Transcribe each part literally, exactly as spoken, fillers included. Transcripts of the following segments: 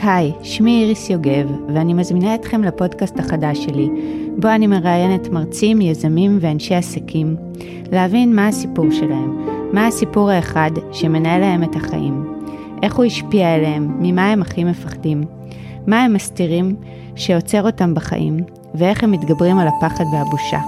היי, שמי איריס יוגב, ואני מזמינה אתכם לפודקאסט החדש שלי, בו אני מראיינת מרצים, יזמים ואנשי עסקים, להבין מה הסיפור שלהם, מה הסיפור האחד שמנהל להם את החיים, איך הוא השפיע עליהם, ממה הם הכי מפחדים, מה הם מסתירים שעוצר אותם בחיים, ואיך הם מתגברים על הפחד והבושה.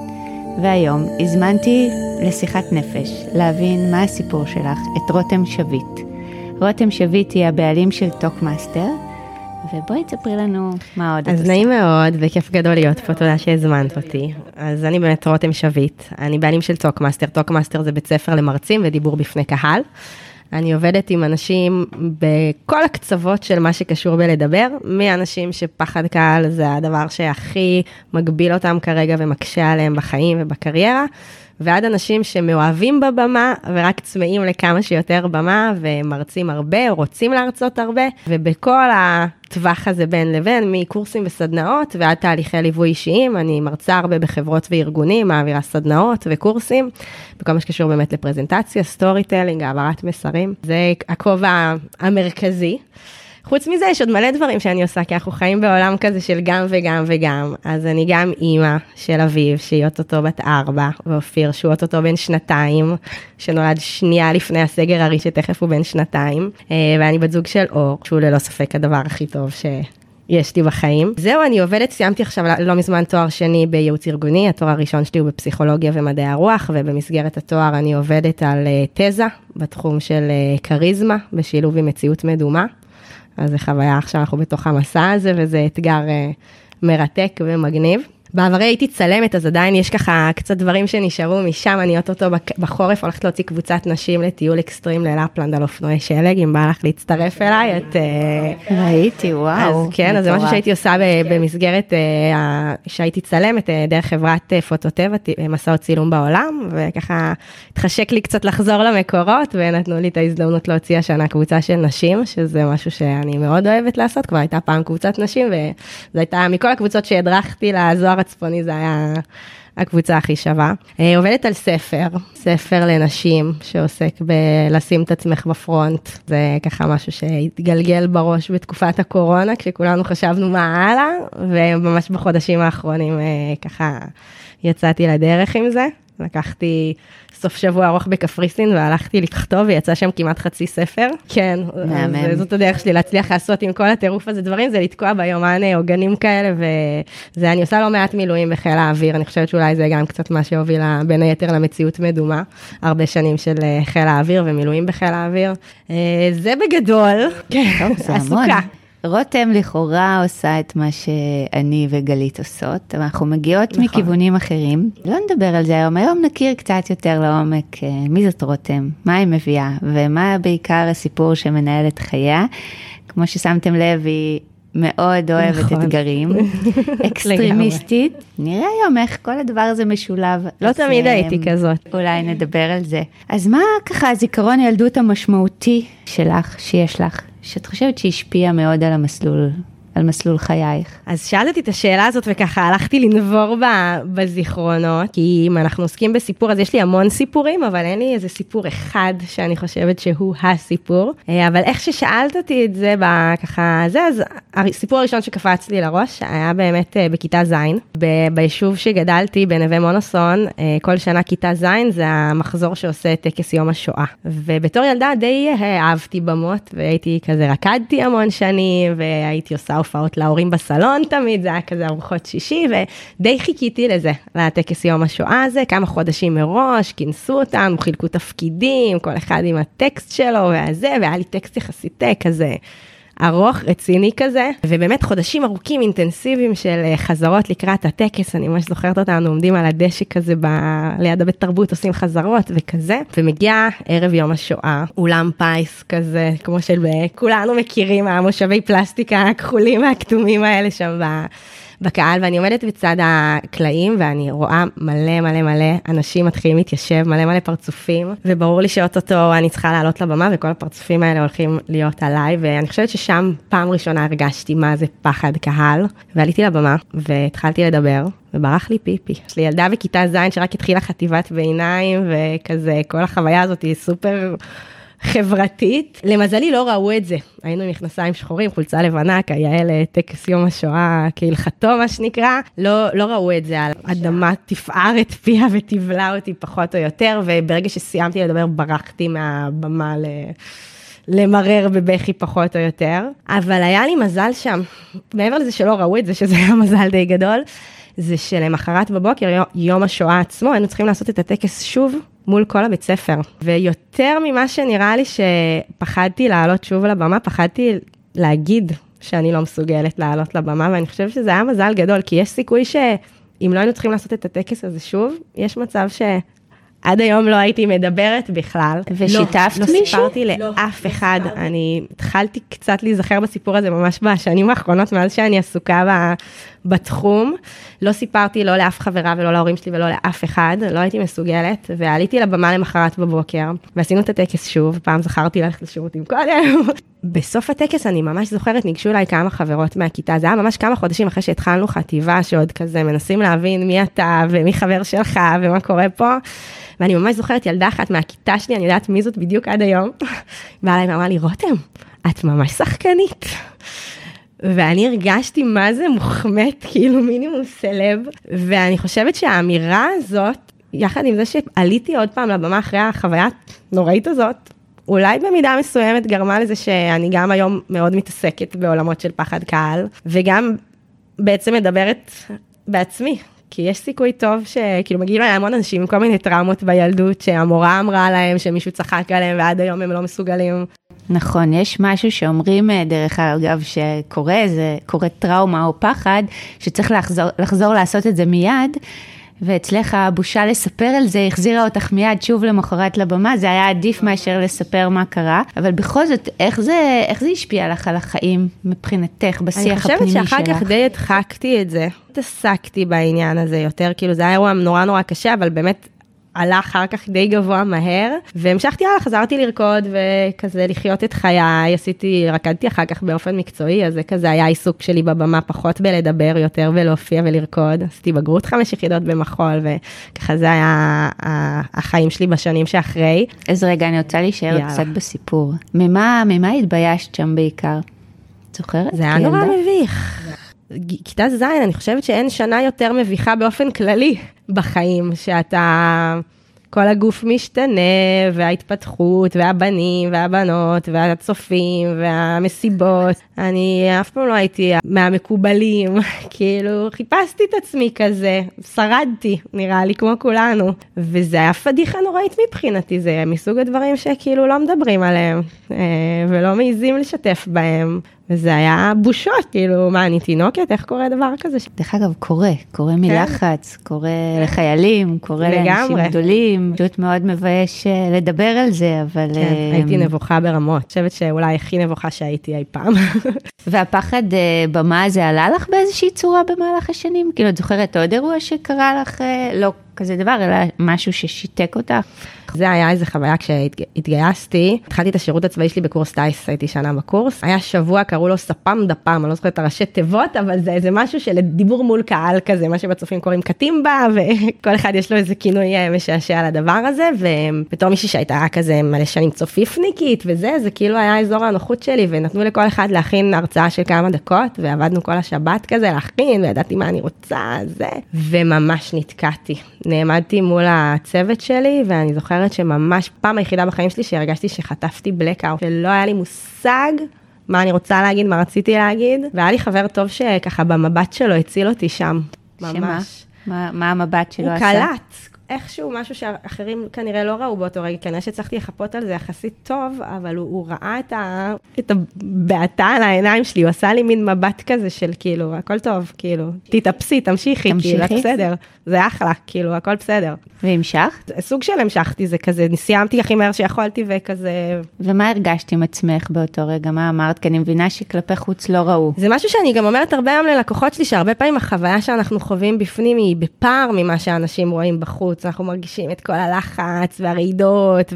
והיום הזמנתי לשיחת נפש, להבין מה הסיפור שלך, את רותם שביט. רותם שביט היא הבעלים של טוקמאסטר, ובואי תספרי לנו מה עוד. אז נעים מאוד, וכיף גדול להיות פה, תודה שהזמנת אותי. אז אני באמת רותם שביט, אני בעלים של טוקמאסטר. טוקמאסטר זה בית ספר למרצים ודיבור בפני קהל. אני עובדת עם אנשים בכל הקצוות של מה שקשור בלדבר, מאנשים שפחד קהל זה הדבר שהכי מגביל אותם כרגע ומקשה עליהם בחיים ובקריירה, ועד אנשים שמאוהבים בבמה ורק צמאים לכמה שיותר במה ומרצים הרבה, רוצים להרצות הרבה, ובכל הטווח הזה בין לבין, מקורסים וסדנאות ועד תהליכי ליווי אישיים, אני מרצה הרבה בחברות וארגונים, מעבירה סדנאות וקורסים, בכל מה שקשור באמת לפרזנטציה, סטורי טלינג, העברת מסרים, זה הכובע המרכזי. חוץ מזה, יש עוד מלא דברים שאני עושה, כי אנחנו חיים בעולם כזה של גם וגם וגם. אז אני גם אימא של אביב, שהיא אוטוטו בת ארבע, ואופיר, שהוא אוטוטו בן שנתיים, שנולד שנייה לפני הסגר הרי, שתכף הוא בן שנתיים. ואני בת זוג של אור, שהוא ללא ספק הדבר הכי טוב שיש לי בחיים. זהו, אני עובדת, סיימתי עכשיו לא מזמן תואר שני בייעוץ ארגוני, התואר הראשון שלי הוא בפסיכולוגיה ומדעי הרוח, ובמסגרת התואר אני עובדת על תזה, בתחום של קריזמה, בשילוב עם מציאות מדומה. אז זה חוויה, עכשיו אנחנו בתוך המסע הזה, וזה אתגר uh, מרתק ומגניב. בעברי הייתי צלמת, אז עדיין יש ככה קצת דברים שנשארו משם, אני אוטוטו בחורף, הולכת להוציא קבוצת נשים לטיול אקסטרים ללפלנד על אופנועי שלג, אם בא לך להצטרף אליי, את... ראיתי, וואו. אז כן, אז זה משהו שהייתי עושה במסגרת, שהייתי צלמת דרך חברת פוטוטבע, מסעות צילום בעולם, וככה התחשק לי קצת לחזור למקורות, ונתנו לי את ההזדמנות להוציא השנה קבוצה של נשים, שזה משהו שאני מאוד אוהבת לעשות, כבר הייתה פעם קבוצת נשים, וזו הייתה מכל הקבוצות שהדרכתי לזוהר הצפוני, זה היה הקבוצה הכי שווה. עובדת על ספר, ספר לנשים, שעוסק בלשים את עצמך בפרונט. זה ככה משהו שהתגלגל בראש בתקופת הקורונה, כשכולנו חשבנו מה הלאה, וממש בחודשים האחרונים ככה יצאתי לדרך עם זה. לקחתי סוף שבוע ארוך בקפריסין, והלכתי לכתוב, ויצא שם כמעט חצי ספר. כן, זאת הדרך שלי להצליח לעשות עם כל הטירוף הזה דברים, זה לתקוע ביומן עוגנים כאלה, וזה, אני עושה לא מעט מילואים בחיל האוויר, אני חושבת שאולי זה גם קצת מה שהובילה בין היתר למציאות מדומה, הרבה שנים של חיל האוויר ומילואים בחיל האוויר. זה בגדול, כן, עסוקה. רותם לכאורה עושה את מה שאני וגלית עושות, אבל אנחנו מגיעות נכון. מכיוונים אחרים. לא נדבר על זה היום, היום נכיר קצת יותר לעומק מי זאת רותם, מה היא מביאה, ומה בעיקר הסיפור שמנהל את חייה. כמו ששמתם לב, היא מאוד אוהבת נכון. אתגרים, אקסטרימיסטית. נראה היום איך כל הדבר הזה משולב. לא תמיד הייתי כזאת. אולי נדבר על זה. אז מה ככה הזיכרון הילדות המשמעותי שלך, שיש לך? שאת חושבת שהשפיע מאוד על המסלול, על מסלול חייך. אז שאלתי את השאלה הזאת וככה הלכתי לנבור בזיכרונות, כי אם אנחנו עוסקים בסיפור, אז יש לי המון סיפורים, אבל אין לי איזה סיפור אחד שאני חושבת שהוא הסיפור. אבל איך ששאלת אותי את זה ככה, זה, אז הסיפור הראשון שקפץ לי לראש היה באמת בכיתה זין. ביישוב שגדלתי בנווה מונוסון, כל שנה כיתה זין זה המחזור שעושה טקס יום השואה. ובתור ילדה די אהבתי במות, והייתי כזה רקדתי המון שנים, והייתי עושה הופעות להורים בסלון תמיד, זה היה כזה ארוחות שישי, ודי חיכיתי לזה, לטקס יום השואה הזה, כמה חודשים מראש, כינסו אותם, חילקו תפקידים, כל אחד עם הטקסט שלו, והזה, והיה לי טקסט יחסית כזה, ארוך, רציני כזה, ובאמת חודשים ארוכים, אינטנסיביים של חזרות לקראת הטקס, אני ממש זוכרת אותנו, עומדים על הדשא כזה, ב... ליד הבית תרבות, עושים חזרות וכזה, ומגיע ערב יום השואה, אולם פייס כזה, כמו של כולנו מכירים, המושבי פלסטיקה הכחולים והכתומים האלה שם ב... בקהל, ואני עומדת בצד הקלעים, ואני רואה מלא מלא מלא אנשים מתחילים להתיישב, מלא מלא פרצופים, וברור לי שאוטוטו אני צריכה לעלות לבמה, וכל הפרצופים האלה הולכים להיות עליי, ואני חושבת ששם פעם ראשונה הרגשתי מה זה פחד קהל, ועליתי לבמה, והתחלתי לדבר, וברח לי פיפי. יש לי ילדה בכיתה זין, שרק התחילה חטיבת ביניים, וכזה, כל החוויה הזאת היא סופר חברתית. למזלי לא ראו את זה. היינו עם מכנסיים שחורים, חולצה לבנה, כיאה לטקס יום השואה, כהלכתו מה שנקרא. לא, לא ראו את זה, על אדמה תפער את פיה ותבלע אותי פחות או יותר, וברגע שסיימתי לדבר ברחתי מהבמה ל... למרר בבכי פחות או יותר. אבל היה לי מזל שם, מעבר לזה שלא ראו את זה, שזה היה מזל די גדול, זה שלמחרת בבוקר, יום השואה עצמו, היינו צריכים לעשות את הטקס שוב, מול כל הבית ספר. ויותר ממה שנראה לי שפחדתי לעלות שוב לבמה, פחדתי להגיד שאני לא מסוגלת לעלות לבמה, ואני חושבת שזה היה מזל גדול, כי יש סיכוי שאם לא היינו צריכים לעשות את הטקס הזה שוב, יש מצב שעד היום לא הייתי מדברת בכלל. ושיתפת לא, מישהו? לא סיפרתי לאף אחד. אני התחלתי קצת להיזכר בסיפור הזה ממש בשנים האחרונות, מאז שאני עסוקה בתחום. לא סיפרתי לא לאף חברה ולא להורים שלי ולא לאף אחד, לא הייתי מסוגלת, ועליתי לבמה למחרת בבוקר, ועשינו את הטקס שוב, פעם זכרתי ללכת לשירותים קודם. בסוף הטקס אני ממש זוכרת, ניגשו אליי כמה חברות מהכיתה, זה היה ממש כמה חודשים אחרי שהתחלנו חטיבה, שעוד כזה מנסים להבין מי אתה ומי חבר שלך ומה קורה פה, ואני ממש זוכרת ילדה אחת מהכיתה שלי, אני יודעת מי זאת בדיוק עד היום, באה אליי ואמרה לי, רותם, את ממש שחקנית. ואני הרגשתי מה זה מוחמט, כאילו מינימום סלב, ואני חושבת שהאמירה הזאת, יחד עם זה שעליתי עוד פעם לבמה אחרי החוויה נוראית הזאת, אולי במידה מסוימת גרמה לזה שאני גם היום מאוד מתעסקת בעולמות של פחד קהל, וגם בעצם מדברת בעצמי, כי יש סיכוי טוב שכאילו מגיעים אליי המון אנשים עם כל מיני טראומות בילדות, שהמורה אמרה להם שמישהו צחק עליהם, ועד היום הם לא מסוגלים. נכון, יש משהו שאומרים דרך אגב שקורה, זה קורה טראומה או פחד, שצריך לחזור, לחזור לעשות את זה מיד, ואצלך הבושה לספר על זה, החזירה אותך מיד שוב למחרת לבמה, זה היה עדיף מאשר לספר מה קרה, אבל בכל זאת, איך זה, איך זה השפיע לך על החיים מבחינתך, בשיח הפנימי שלך? אני חושבת שאחר כך די הדחקתי את זה, התעסקתי בעניין הזה יותר, כאילו זה היה אירוע נורא נורא קשה, אבל באמת, עלה אחר כך די גבוה מהר, והמשכתי הלאה, חזרתי לרקוד וכזה לחיות את חיי, עשיתי, רקדתי אחר כך באופן מקצועי, אז זה כזה היה עיסוק שלי בבמה, פחות בלדבר יותר ולהופיע ולרקוד, עשיתי בגרות חמש יחידות במחול, וככה זה היה החיים שלי בשנים שאחרי. אז רגע, אני רוצה להישאר יאללה. קצת בסיפור. ממה, ממה התביישת שם בעיקר? זוכרת? זה היה נורא מביך. כיתה זין, אני חושבת שאין שנה יותר מביכה באופן כללי בחיים, שאתה, כל הגוף משתנה, וההתפתחות, והבנים, והבנות, והצופים, והמסיבות. אני אף פעם לא הייתי מהמקובלים, כאילו חיפשתי את עצמי כזה, שרדתי, נראה לי כמו כולנו. וזה היה פדיחה נוראית מבחינתי, זה מסוג הדברים שכאילו לא מדברים עליהם, ולא מעיזים לשתף בהם. וזה היה בושות, כאילו, מה, אני תינוקת? איך קורה דבר כזה? דרך אגב, קורה, קורה מלחץ, קורה לחיילים, קורה לאנשים גדולים, פשוט מאוד מבייש לדבר על זה, אבל... הייתי נבוכה ברמות, אני חושבת שאולי הכי נבוכה שהייתי אי פעם. והפחד במה הזה עלה לך באיזושהי צורה במהלך השנים? כאילו, את זוכרת עוד אירוע שקרה לך, לא כזה דבר, אלא משהו ששיתק אותך? זה היה איזו חוויה כשהתגייסתי, התחלתי את השירות הצבאי שלי בקורס טייס, הייתי שנה בקורס, היה שבוע, קראו לו ספם דפם, אני לא זוכרת את הראשי תיבות, אבל זה איזה משהו של דיבור מול קהל כזה, מה שבצופים קוראים קטימבה, וכל אחד יש לו איזה כינוי משעשע על הדבר הזה, ובתור מישהי שהייתה כזה מלא שנים צופיפניקית וזה, זה כאילו היה אזור הנוחות שלי, ונתנו לכל אחד להכין הרצאה של כמה דקות, ועבדנו כל השבת כזה להכין, וידעתי מה אני רוצה, זה, וממש נתקעתי. נעמדתי מול הצוות שלי, ואני זוכרת שממש פעם היחידה בחיים שלי שהרגשתי שחטפתי בלקאוט, שלא היה לי מושג מה אני רוצה להגיד, מה רציתי להגיד, והיה לי חבר טוב שככה במבט שלו הציל אותי שם. ממש. שמה? מה, מה המבט שלו הוא עשה? הוא קלט. איכשהו משהו שאחרים כנראה לא ראו באותו רגע, כנראה שצריכתי לחפות על זה יחסית טוב, אבל הוא, הוא ראה את, ה, את הבעתה על העיניים שלי, הוא עשה לי מין מבט כזה של כאילו, הכל טוב, כאילו, תתאפסי, תמשיכי, תמשיכי. כאילו, בסדר, זה אחלה, כאילו, הכל בסדר. והמשכת? סוג של המשכתי, זה כזה, סיימתי הכי מהר שיכולתי וכזה... ומה הרגשת עם עצמך באותו רגע? מה אמרת? כי אני מבינה שכלפי חוץ לא ראו. זה משהו שאני גם אומרת הרבה היום ללקוחות שלי, שהרבה פעמים החוויה שאנחנו חווים בפנים היא בפער ממה שאנשים רואים בחוץ. אנחנו מרגישים את כל הלחץ והרעידות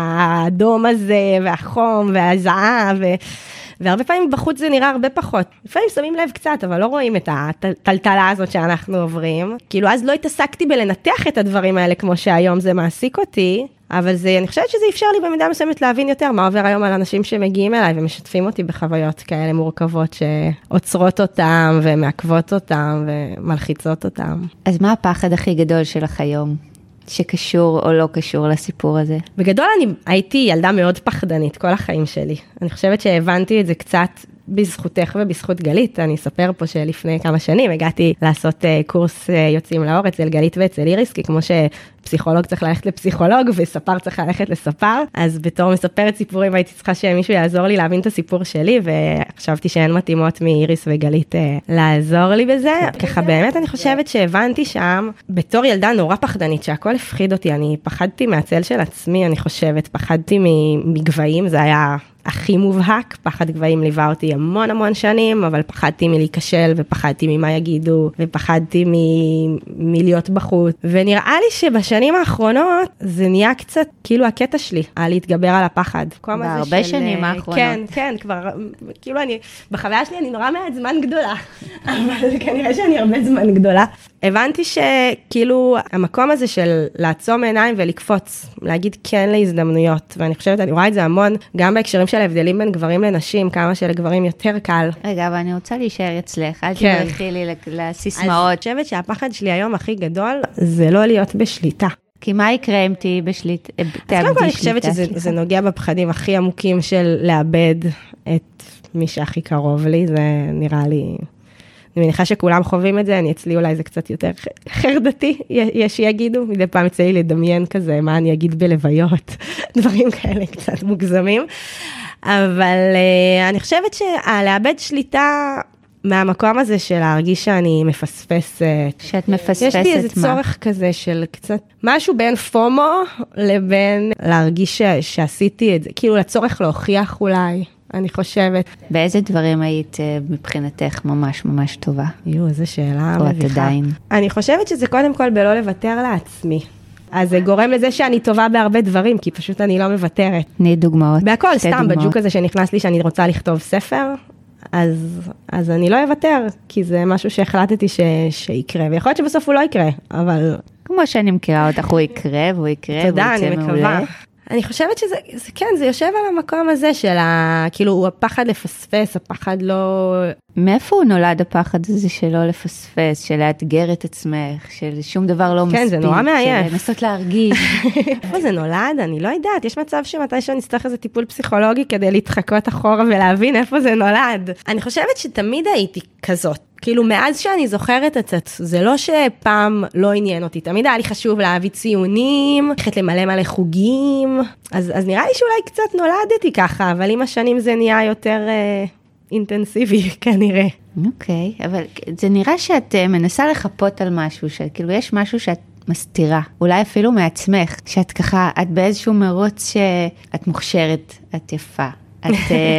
והאדום הזה והחום והזעה ו... והרבה פעמים בחוץ זה נראה הרבה פחות. לפעמים שמים לב קצת, אבל לא רואים את הטלטלה הזאת שאנחנו עוברים. כאילו אז לא התעסקתי בלנתח את הדברים האלה כמו שהיום זה מעסיק אותי, אבל זה, אני חושבת שזה אפשר לי במידה מסוימת להבין יותר מה עובר היום על אנשים שמגיעים אליי ומשתפים אותי בחוויות כאלה מורכבות שעוצרות אותם ומעכבות אותם ומלחיצות אותם. אז מה הפחד הכי גדול שלך היום? שקשור או לא קשור לסיפור הזה? בגדול אני הייתי ילדה מאוד פחדנית כל החיים שלי. אני חושבת שהבנתי את זה קצת בזכותך ובזכות גלית. אני אספר פה שלפני כמה שנים הגעתי לעשות קורס יוצאים לאור אצל גלית ואצל איריס, כי כמו שפסיכולוג צריך ללכת לפסיכולוג וספר צריך ללכת לספר, אז בתור מספרת סיפורים הייתי צריכה שמישהו יעזור לי להבין את הסיפור שלי, וחשבתי שאין מתאימות מאיריס וגלית לעזור לי בזה. ככה באמת אני חושבת שהבנתי שם, בתור ילדה נורא פחדנית, שהכל הפחיד אותי, אני פחדתי מהצל של עצמי, אני חושבת, פחדתי מגבהים, זה היה הכי מובהק, פחד גבהים ליווה אותי המון המון שנים, אבל פחדתי מלהיכשל, ופחדתי ממה יגידו, ופחדתי מ... מלהיות בחוץ, ונראה לי שבשנים האחרונות, זה נהיה קצת כאילו הקטע שלי, על להתגבר על הפחד. בהרבה של... שנים האחרונות. כן, כן, כבר, כאילו אני, בחוויה שלי אני נורא מעט זמן גדולה, אבל כנראה שאני הרבה זמן גדולה. הבנתי שכאילו המקום הזה של לעצום עיניים ולקפוץ, להגיד כן להזדמנויות, ואני חושבת, אני רואה את זה המון, גם בהקשרים של ההבדלים בין גברים לנשים, כמה שלגברים יותר קל. רגע, אבל אני רוצה להישאר אצלך, אל תברכי לי לסיסמאות. אני חושבת שהפחד שלי היום הכי גדול, זה לא להיות בשליטה. כי מה יקרה אם תהיי בשליטה? אז קודם כל אני חושבת שזה נוגע בפחדים הכי עמוקים של לאבד את מי שהכי קרוב לי, זה נראה לי... אני מניחה שכולם חווים את זה, אני אצלי אולי זה קצת יותר חרדתי, יש שיגידו, מדי פעם יצא לי לדמיין כזה, מה אני אגיד בלוויות, דברים כאלה קצת מוגזמים, אבל uh, אני חושבת שלאבד שליטה מהמקום הזה של להרגיש שאני מפספסת. שאת מפספסת מה? יש לי איזה צורך כזה של קצת, משהו בין פומו לבין להרגיש ש- שעשיתי את זה, כאילו לצורך להוכיח אולי. אני חושבת. באיזה דברים היית מבחינתך ממש ממש טובה? יו, איזו שאלה או את עדיין. אני חושבת שזה קודם כל בלא לוותר לעצמי. אז זה גורם לזה שאני טובה בהרבה דברים, כי פשוט אני לא מוותרת. תני דוגמאות. בהכל, סתם, בג'וק הזה שנכנס לי שאני רוצה לכתוב ספר, אז, אז אני לא אוותר, כי זה משהו שהחלטתי ש, שיקרה, ויכול להיות שבסוף הוא לא יקרה, אבל... כמו שאני מכירה אותך, הוא יקרה, והוא יקרה, תודה, אני מקווה. אני חושבת שזה, זה, כן, זה יושב על המקום הזה של ה, כאילו, הפחד לפספס, הפחד לא... מאיפה הוא נולד הפחד הזה שלא לפספס, של לאתגר את עצמך, של שום דבר לא מספיק? כן, זה נורא מעייף. של לנסות להרגיש. איפה זה נולד? אני לא יודעת. יש מצב שמתי שאני אצטרך איזה טיפול פסיכולוגי כדי להתחקות אחורה ולהבין איפה זה נולד. אני חושבת שתמיד הייתי כזאת. כאילו, מאז שאני זוכרת את זה, זה לא שפעם לא עניין אותי. תמיד היה לי חשוב להביא ציונים, ללכת למלא מלא חוגים. אז, אז נראה לי שאולי קצת נולדתי ככה, אבל עם השנים זה נהיה יותר... אינטנסיבי כנראה. אוקיי, אבל זה נראה שאת מנסה לחפות על משהו, שכאילו יש משהו שאת מסתירה, אולי אפילו מעצמך, שאת ככה, את באיזשהו מרוץ שאת מוכשרת, את יפה, את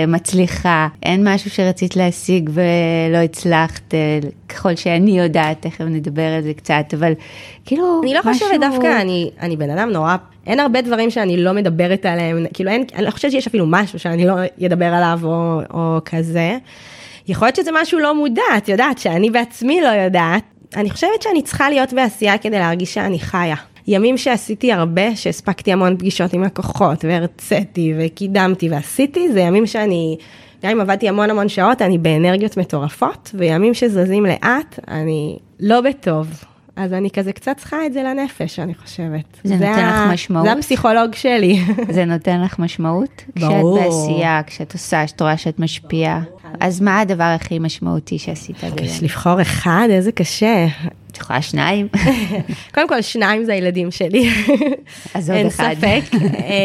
מצליחה, אין משהו שרצית להשיג ולא הצלחת, ככל שאני יודעת, תכף נדבר על זה קצת, אבל כאילו אני לא חושבת דווקא, אני, אני בן אדם נורא, אין הרבה דברים שאני לא מדברת עליהם, כאילו אין, אני לא חושבת שיש אפילו משהו שאני לא ידבר עליו או, או כזה. יכול להיות שזה משהו לא מודע, את יודעת, שאני בעצמי לא יודעת. אני חושבת שאני צריכה להיות בעשייה כדי להרגיש שאני חיה. ימים שעשיתי הרבה, שהספקתי המון פגישות עם לקוחות, והרציתי וקידמתי ועשיתי, זה ימים שאני, גם אם עבדתי המון המון שעות, אני באנרגיות מטורפות, וימים שזזים לאט, אני לא בטוב. אז אני כזה קצת צריכה את זה לנפש, אני חושבת. זה נותן לך משמעות? זה הפסיכולוג שלי. זה נותן לך משמעות? ברור. כשאת בעשייה, כשאת עושה, שאת רואה שאת משפיעה. אז מה הדבר הכי משמעותי שעשית ביום? יש לבחור אחד, איזה קשה. את יכולה שניים? קודם כל, שניים זה הילדים שלי. אז עוד אחד. אין ספק.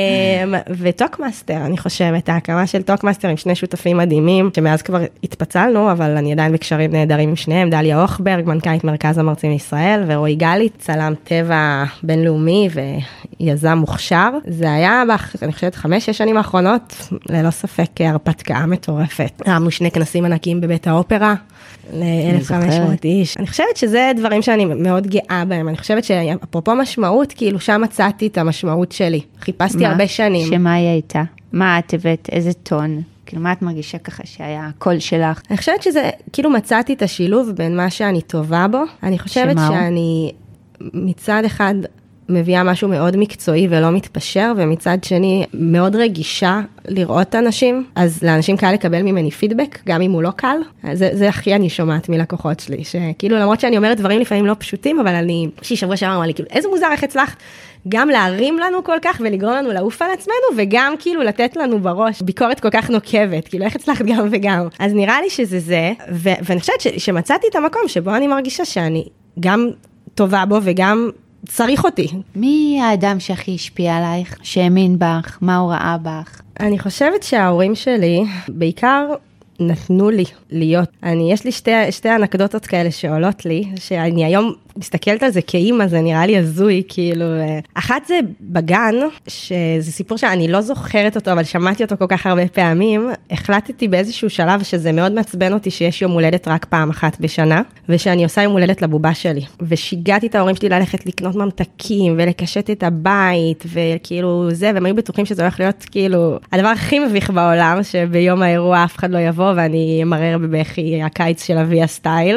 וטוקמאסטר, אני חושבת, ההקמה של טוקמאסטר עם שני שותפים מדהימים, שמאז כבר התפצלנו, אבל אני עדיין בקשרים נהדרים עם שניהם, דליה אוכברג, מנכ"לית מרכז המרצים לישראל, ורועי גלי, צלם טבע בינלאומי ויזם מוכשר. זה היה, אני חושבת, חמש, שש שנים האחרונות, ללא ספק, הרפתקה מטורפת. רמנו שני כנסים ענקיים בבית האופרה, ל-אלף וחמש מאות איש. אני חושבת שזה דברים שאני מאוד גאה בהם. אני חושבת שאפרופו משמעות, כאילו שם מצאתי את המשמעות שלי. חיפשתי הרבה שנים. שמה היא הייתה? מה את הבאת? איזה טון? כאילו מה את מרגישה ככה שהיה הקול שלך? אני חושבת שזה, כאילו מצאתי את השילוב בין מה שאני טובה בו. אני חושבת שאני מצד אחד מביאה משהו מאוד מקצועי ולא מתפשר, ומצד שני מאוד רגישה לראות אנשים, אז לאנשים קל לקבל ממני פידבק, גם אם הוא לא קל. זה, זה הכי אני שומעת מלקוחות שלי, שכאילו למרות שאני אומרת דברים לפעמים לא פשוטים, אבל אני, שבוע שעבר אמרה לי, כאילו, איזה מוזר איך הצלחת גם להרים לנו כל כך ולגרום לנו לעוף על עצמנו, וגם כאילו לתת לנו בראש ביקורת כל כך נוקבת, כאילו איך הצלחת גם וגם. אז נראה לי שזה זה, ו- ואני חושבת ש- שמצאתי את המקום שבו אני מרגישה שאני גם טובה בו וגם צריך אותי. מי האדם שהכי השפיע עלייך, שהאמין בך, מה הוא ראה בך? אני חושבת שההורים שלי בעיקר נתנו לי להיות. אני, יש לי שתי, שתי אנקדוטות כאלה שעולות לי, שאני היום מסתכלת על זה כאימא, זה נראה לי הזוי, כאילו, אחת זה בגן, שזה סיפור שאני לא זוכרת אותו, אבל שמעתי אותו כל כך הרבה פעמים, החלטתי באיזשהו שלב שזה מאוד מעצבן אותי שיש יום הולדת רק פעם אחת בשנה, ושאני עושה יום הולדת לבובה שלי, ושיגעתי את ההורים שלי ללכת לקנות ממתקים, ולקשט את הבית, וכאילו זה, והם היו בטוחים שזה הולך להיות כאילו, הדבר הכי מביך בעולם, שביום האירוע אף אחד לא יבוא, ואני אמרר בבכי הקיץ של אבי הסטייל,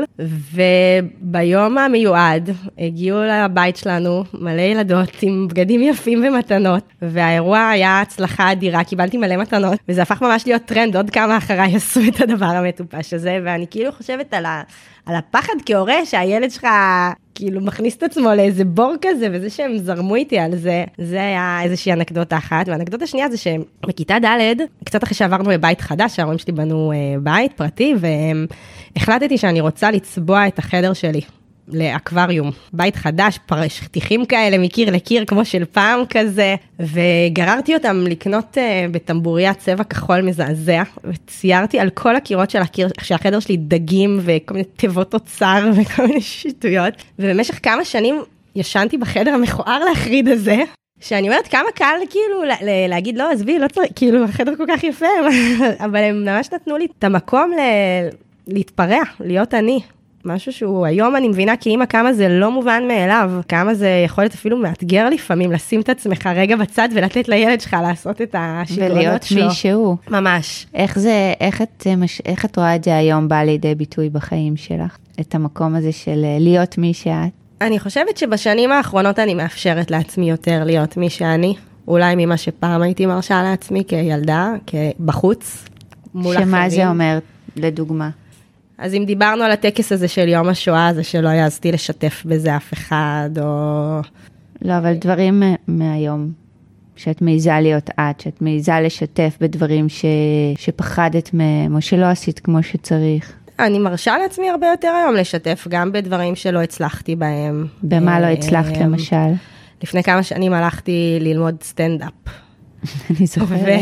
וביום המיועד, הגיעו לבית שלנו מלא ילדות עם בגדים יפים ומתנות, והאירוע היה הצלחה אדירה, קיבלתי מלא מתנות, וזה הפך ממש להיות טרנד, עוד כמה אחריי עשו את הדבר המטופש הזה, ואני כאילו חושבת על, ה, על הפחד כהורה שהילד שלך כאילו מכניס את עצמו לאיזה בור כזה, וזה שהם זרמו איתי על זה, זה היה איזושהי אנקדוטה אחת, והאנקדוטה השנייה זה שבכיתה ד', קצת אחרי שעברנו לבית חדש, ההורים שלי בנו בית פרטי, והחלטתי שאני רוצה לצבוע את החדר שלי. לאקווריום, בית חדש, פרש חתיכים כאלה מקיר לקיר כמו של פעם כזה, וגררתי אותם לקנות uh, בטמבוריה צבע כחול מזעזע, וציירתי על כל הקירות של הקיר, שהחדר שלי דגים וכל מיני תיבות אוצר וכל מיני שטויות, ובמשך כמה שנים ישנתי בחדר המכוער להחריד הזה, שאני אומרת כמה קל כאילו להגיד לא עזבי, לא צריך, כאילו החדר כל כך יפה, אבל הם ממש נתנו לי את המקום ל- להתפרע, להיות אני. משהו שהוא, היום אני מבינה כאמא כמה זה לא מובן מאליו, כמה זה יכול להיות אפילו מאתגר לפעמים, לשים את עצמך רגע בצד ולתת לילד שלך לעשות את השגרונות שלו. ולהיות מישהו. ממש. איך זה, איך את, איך את רואה את זה היום בא לידי ביטוי בחיים שלך? את המקום הזה של להיות מי שאת? אני חושבת שבשנים האחרונות אני מאפשרת לעצמי יותר להיות מי שאני, אולי ממה שפעם הייתי מרשה לעצמי כילדה, כבחוץ, מול אחרים. שמה זה אומר, לדוגמה? אז אם דיברנו על הטקס הזה של יום השואה, זה שלא יעזתי לשתף בזה אף אחד, או... לא, אבל דברים מהיום, שאת מעיזה להיות את, שאת מעיזה לשתף בדברים ש... שפחדת מהם, או שלא עשית כמו שצריך. אני מרשה לעצמי הרבה יותר היום לשתף, גם בדברים שלא הצלחתי בהם. במה לא הצלחת למשל? לפני כמה שנים הלכתי ללמוד סטנדאפ. אני זוכרת.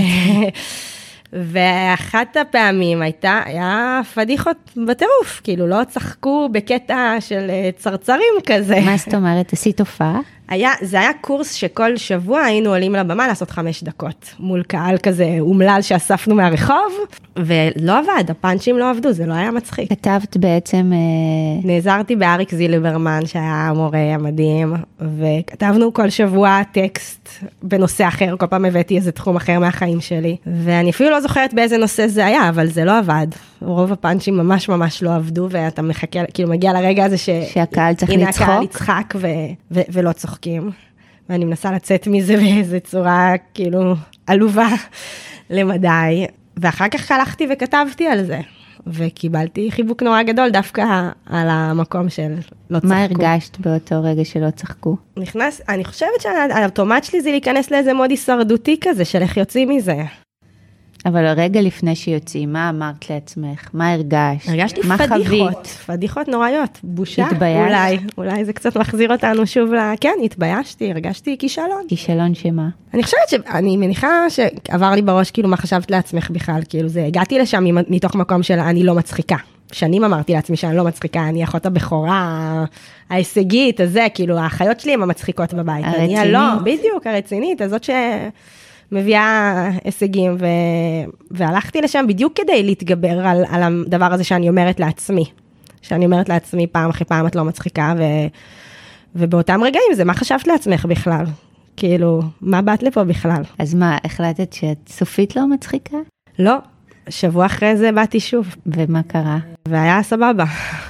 ואחת הפעמים הייתה, היה פדיחות בטירוף, כאילו לא צחקו בקטע של צרצרים כזה. מה זאת אומרת? עשית הופעה? היה, זה היה קורס שכל שבוע היינו עולים לבמה לעשות חמש דקות, מול קהל כזה אומלל שאספנו מהרחוב, ולא עבד, הפאנצ'ים לא עבדו, זה לא היה מצחיק. כתבת בעצם... נעזרתי באריק זילברמן, שהיה המורה המדהים, וכתבנו כל שבוע טקסט בנושא אחר, כל פעם הבאתי איזה תחום אחר מהחיים שלי, ואני אפילו לא זוכרת באיזה נושא זה היה, אבל זה לא עבד. רוב הפאנצ'ים ממש ממש לא עבדו, ואתה מחכה, כאילו מגיע לרגע הזה ש... שהקהל צריך לצחוק. הנה הקהל יצחק ו... ו... ולא צוחקים. ואני מנסה לצאת מזה באיזו צורה, כאילו, עלובה למדי. ואחר כך הלכתי וכתבתי על זה. וקיבלתי חיבוק נורא גדול דווקא על המקום של לא צחקו. מה הרגשת באותו רגע שלא צחקו? נכנס, אני חושבת שהאוטומט שלי זה להיכנס לאיזה מוד הישרדותי כזה, של איך יוצאים מזה. אבל הרגע לפני שיוצאים, מה אמרת לעצמך? מה הרגשת? הרגשתי מה פדיחות, חווית? פדיחות נוראיות, בושה. התביישת? אולי, אולי זה קצת מחזיר אותנו שוב ל... כן, התביישתי, הרגשתי כישלון. כישלון שמה? אני חושבת שאני מניחה שעבר לי בראש כאילו מה חשבת לעצמך בכלל, כאילו זה, הגעתי לשם מתוך מקום של אני לא מצחיקה. שנים אמרתי לעצמי שאני לא מצחיקה, אני אחות הבכורה, ההישגית, הזה, כאילו האחיות שלי הן המצחיקות בבית. הרצינית. אני לא, בדיוק, הרצינית, הזאת ש... מביאה הישגים, ו... והלכתי לשם בדיוק כדי להתגבר על, על הדבר הזה שאני אומרת לעצמי. שאני אומרת לעצמי פעם אחרי פעם את לא מצחיקה, ו... ובאותם רגעים זה מה חשבת לעצמך בכלל? כאילו, מה באת לפה בכלל? אז מה, החלטת שאת סופית לא מצחיקה? לא, שבוע אחרי זה באתי שוב. ומה קרה? והיה סבבה.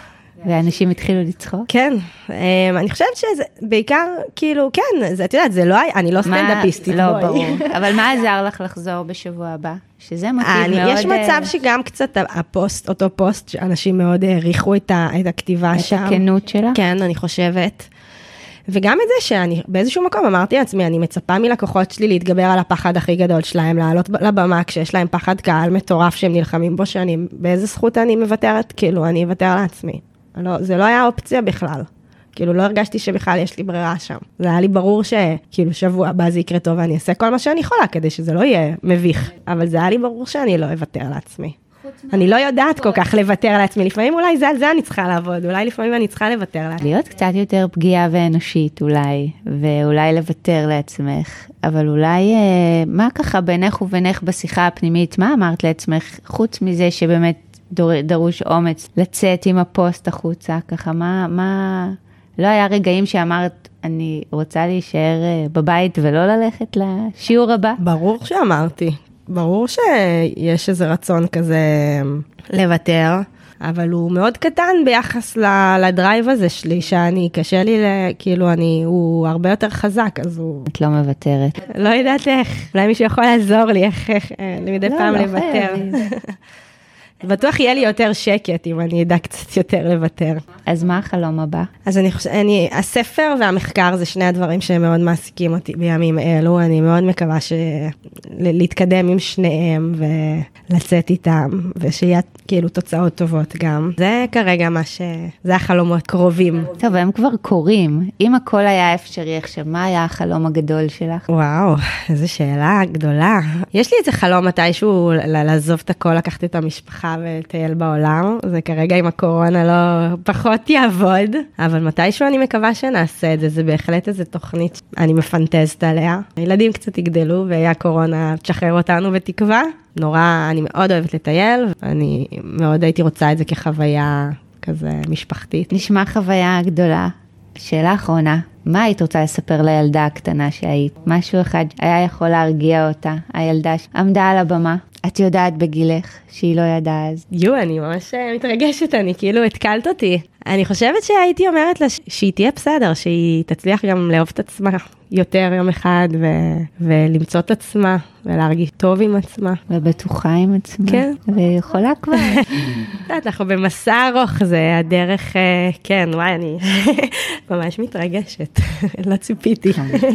ואנשים התחילו לצחוק? כן, אני חושבת שזה בעיקר, כאילו, כן, את יודעת, זה לא היה, אני לא סטנדאפיסטית. לא, ברור. אבל מה עזר לך לחזור בשבוע הבא? שזה מוטיב מאוד... יש מצב שגם קצת הפוסט, אותו פוסט, שאנשים מאוד העריכו את הכתיבה שם. את הכנות שלה? כן, אני חושבת. וגם את זה שאני באיזשהו מקום אמרתי לעצמי, אני מצפה מלקוחות שלי להתגבר על הפחד הכי גדול שלהם, לעלות לבמה כשיש להם פחד קהל מטורף שהם נלחמים בו, שאני, באיזה זכות אני מוותרת, כאילו, אני אוותר לעצמי. לא, זה לא היה אופציה בכלל. כאילו, לא הרגשתי שבכלל יש לי ברירה שם. זה היה לי ברור שכאילו שבוע הבא זה יקרה טוב, ואני אעשה כל מה שאני יכולה, כדי שזה לא יהיה מביך. אבל זה היה לי ברור שאני לא אוותר לעצמי. אני לא יודעת כל כך לוותר לעצמי. לפעמים אולי זה על זה אני צריכה לעבוד. אולי לפעמים אני צריכה לוותר לעצמי. להיות קצת יותר פגיעה ואנושית אולי, ואולי לוותר לעצמך. אבל אולי, מה ככה בינך ובינך בשיחה הפנימית? מה אמרת לעצמך? חוץ מזה שבאמת דרוש אומץ לצאת עם הפוסט החוצה, ככה, מה, מה, לא היה רגעים שאמרת, אני רוצה להישאר בבית ולא ללכת לשיעור הבא? ברור שאמרתי, ברור שיש איזה רצון כזה לוותר, אבל הוא מאוד קטן ביחס לדרייב הזה שלי, שאני, קשה לי, כאילו, אני, הוא הרבה יותר חזק, אז הוא... את לא מוותרת. לא יודעת איך, אולי מישהו יכול לעזור לי, איך, איך, למדי פעם לוותר. בטוח יהיה לי יותר שקט אם אני אדע קצת יותר לוותר. אז מה החלום הבא? אז אני חושבת, אני, הספר והמחקר זה שני הדברים שהם מאוד מעסיקים אותי בימים אלו. אני מאוד מקווה ש... להתקדם עם שניהם ולצאת איתם, ושיהיה כאילו תוצאות טובות גם. זה כרגע מה ש... זה החלומות קרובים. טוב, הם כבר קורים. אם הכל היה אפשרי עכשיו, מה היה החלום הגדול שלך? וואו, איזו שאלה גדולה. יש לי איזה חלום מתישהו לעזוב את הכל, לקחת את המשפחה ולטייל בעולם. זה כרגע עם הקורונה לא פחות יעבוד, אבל מתישהו אני מקווה שנעשה את זה. זה בהחלט איזו תוכנית אני מפנטזת עליה. הילדים קצת יגדלו והיה הקורונה תשחרר אותנו בתקווה. נורא, אני מאוד אוהבת לטייל, ואני מאוד הייתי רוצה את זה כחוויה כזה משפחתית. נשמע חוויה גדולה. שאלה אחרונה, מה היית רוצה לספר לילדה הקטנה שהיית? משהו אחד היה יכול להרגיע אותה, הילדה שעמדה על הבמה. את יודעת בגילך שהיא לא ידעה אז. יו, אני ממש מתרגשת, אני כאילו התקלת אותי. אני חושבת שהייתי אומרת לה שהיא תהיה בסדר, שהיא תצליח גם לאהוב את עצמה יותר יום אחד, ו- ולמצוא את עצמה, ולהרגיש טוב עם עצמה. ובטוחה עם עצמה. כן. ויכולה כבר. אנחנו במסע ארוך, זה הדרך, כן, וואי, אני ממש מתרגשת, לא ציפיתי.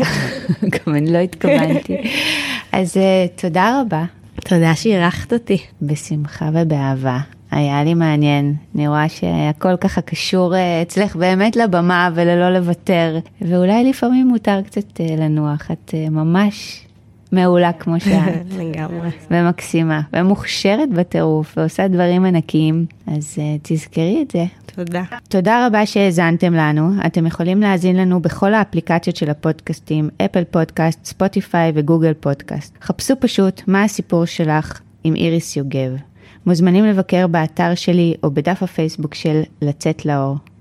גם אני לא התכוונתי. אז תודה רבה. תודה שאירחת אותי. בשמחה ובאהבה. היה לי מעניין. אני רואה שהכל ככה קשור אצלך באמת לבמה וללא לוותר. ואולי לפעמים מותר קצת לנוח. את ממש מעולה כמו שאת. לגמרי. ומקסימה. ומוכשרת בטירוף ועושה דברים ענקיים. אז תזכרי את זה. תודה. תודה רבה שהאזנתם לנו. אתם יכולים להאזין לנו בכל האפליקציות של הפודקאסטים, אפל פודקאסט, ספוטיפיי וגוגל פודקאסט. חפשו פשוט מה הסיפור שלך עם איריס יוגב. מוזמנים לבקר באתר שלי או בדף הפייסבוק של לצאת לאור.